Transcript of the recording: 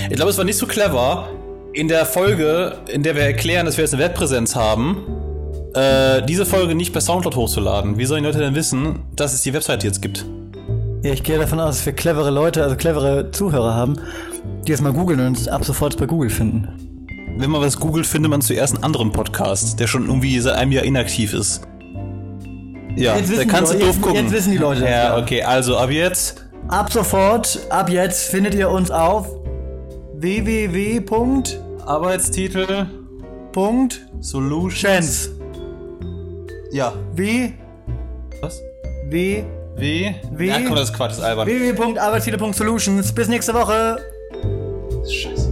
Ich glaube, es war nicht so clever, in der Folge, in der wir erklären, dass wir jetzt eine Webpräsenz haben, diese Folge nicht bei Soundcloud hochzuladen. Wie sollen die Leute denn wissen, dass es die Webseite jetzt gibt? Ja, ich gehe davon aus, dass wir clevere Leute, also clevere Zuhörer haben, die jetzt mal googeln und uns ab sofort bei Google finden. Wenn man was googelt, findet man zuerst einen anderen Podcast, der schon irgendwie seit einem Jahr inaktiv ist. Ja, da kannst du doof gucken. Jetzt wissen die Leute. Ja, okay, also ab jetzt. Ab sofort, ab jetzt findet ihr uns auf www. Arbeitstitel. Solutions. Ja. Was? Ja, komm, das ist Quatsch, das ist albern. www.arbeitstitel.solutions. Bis nächste Woche. Scheiße.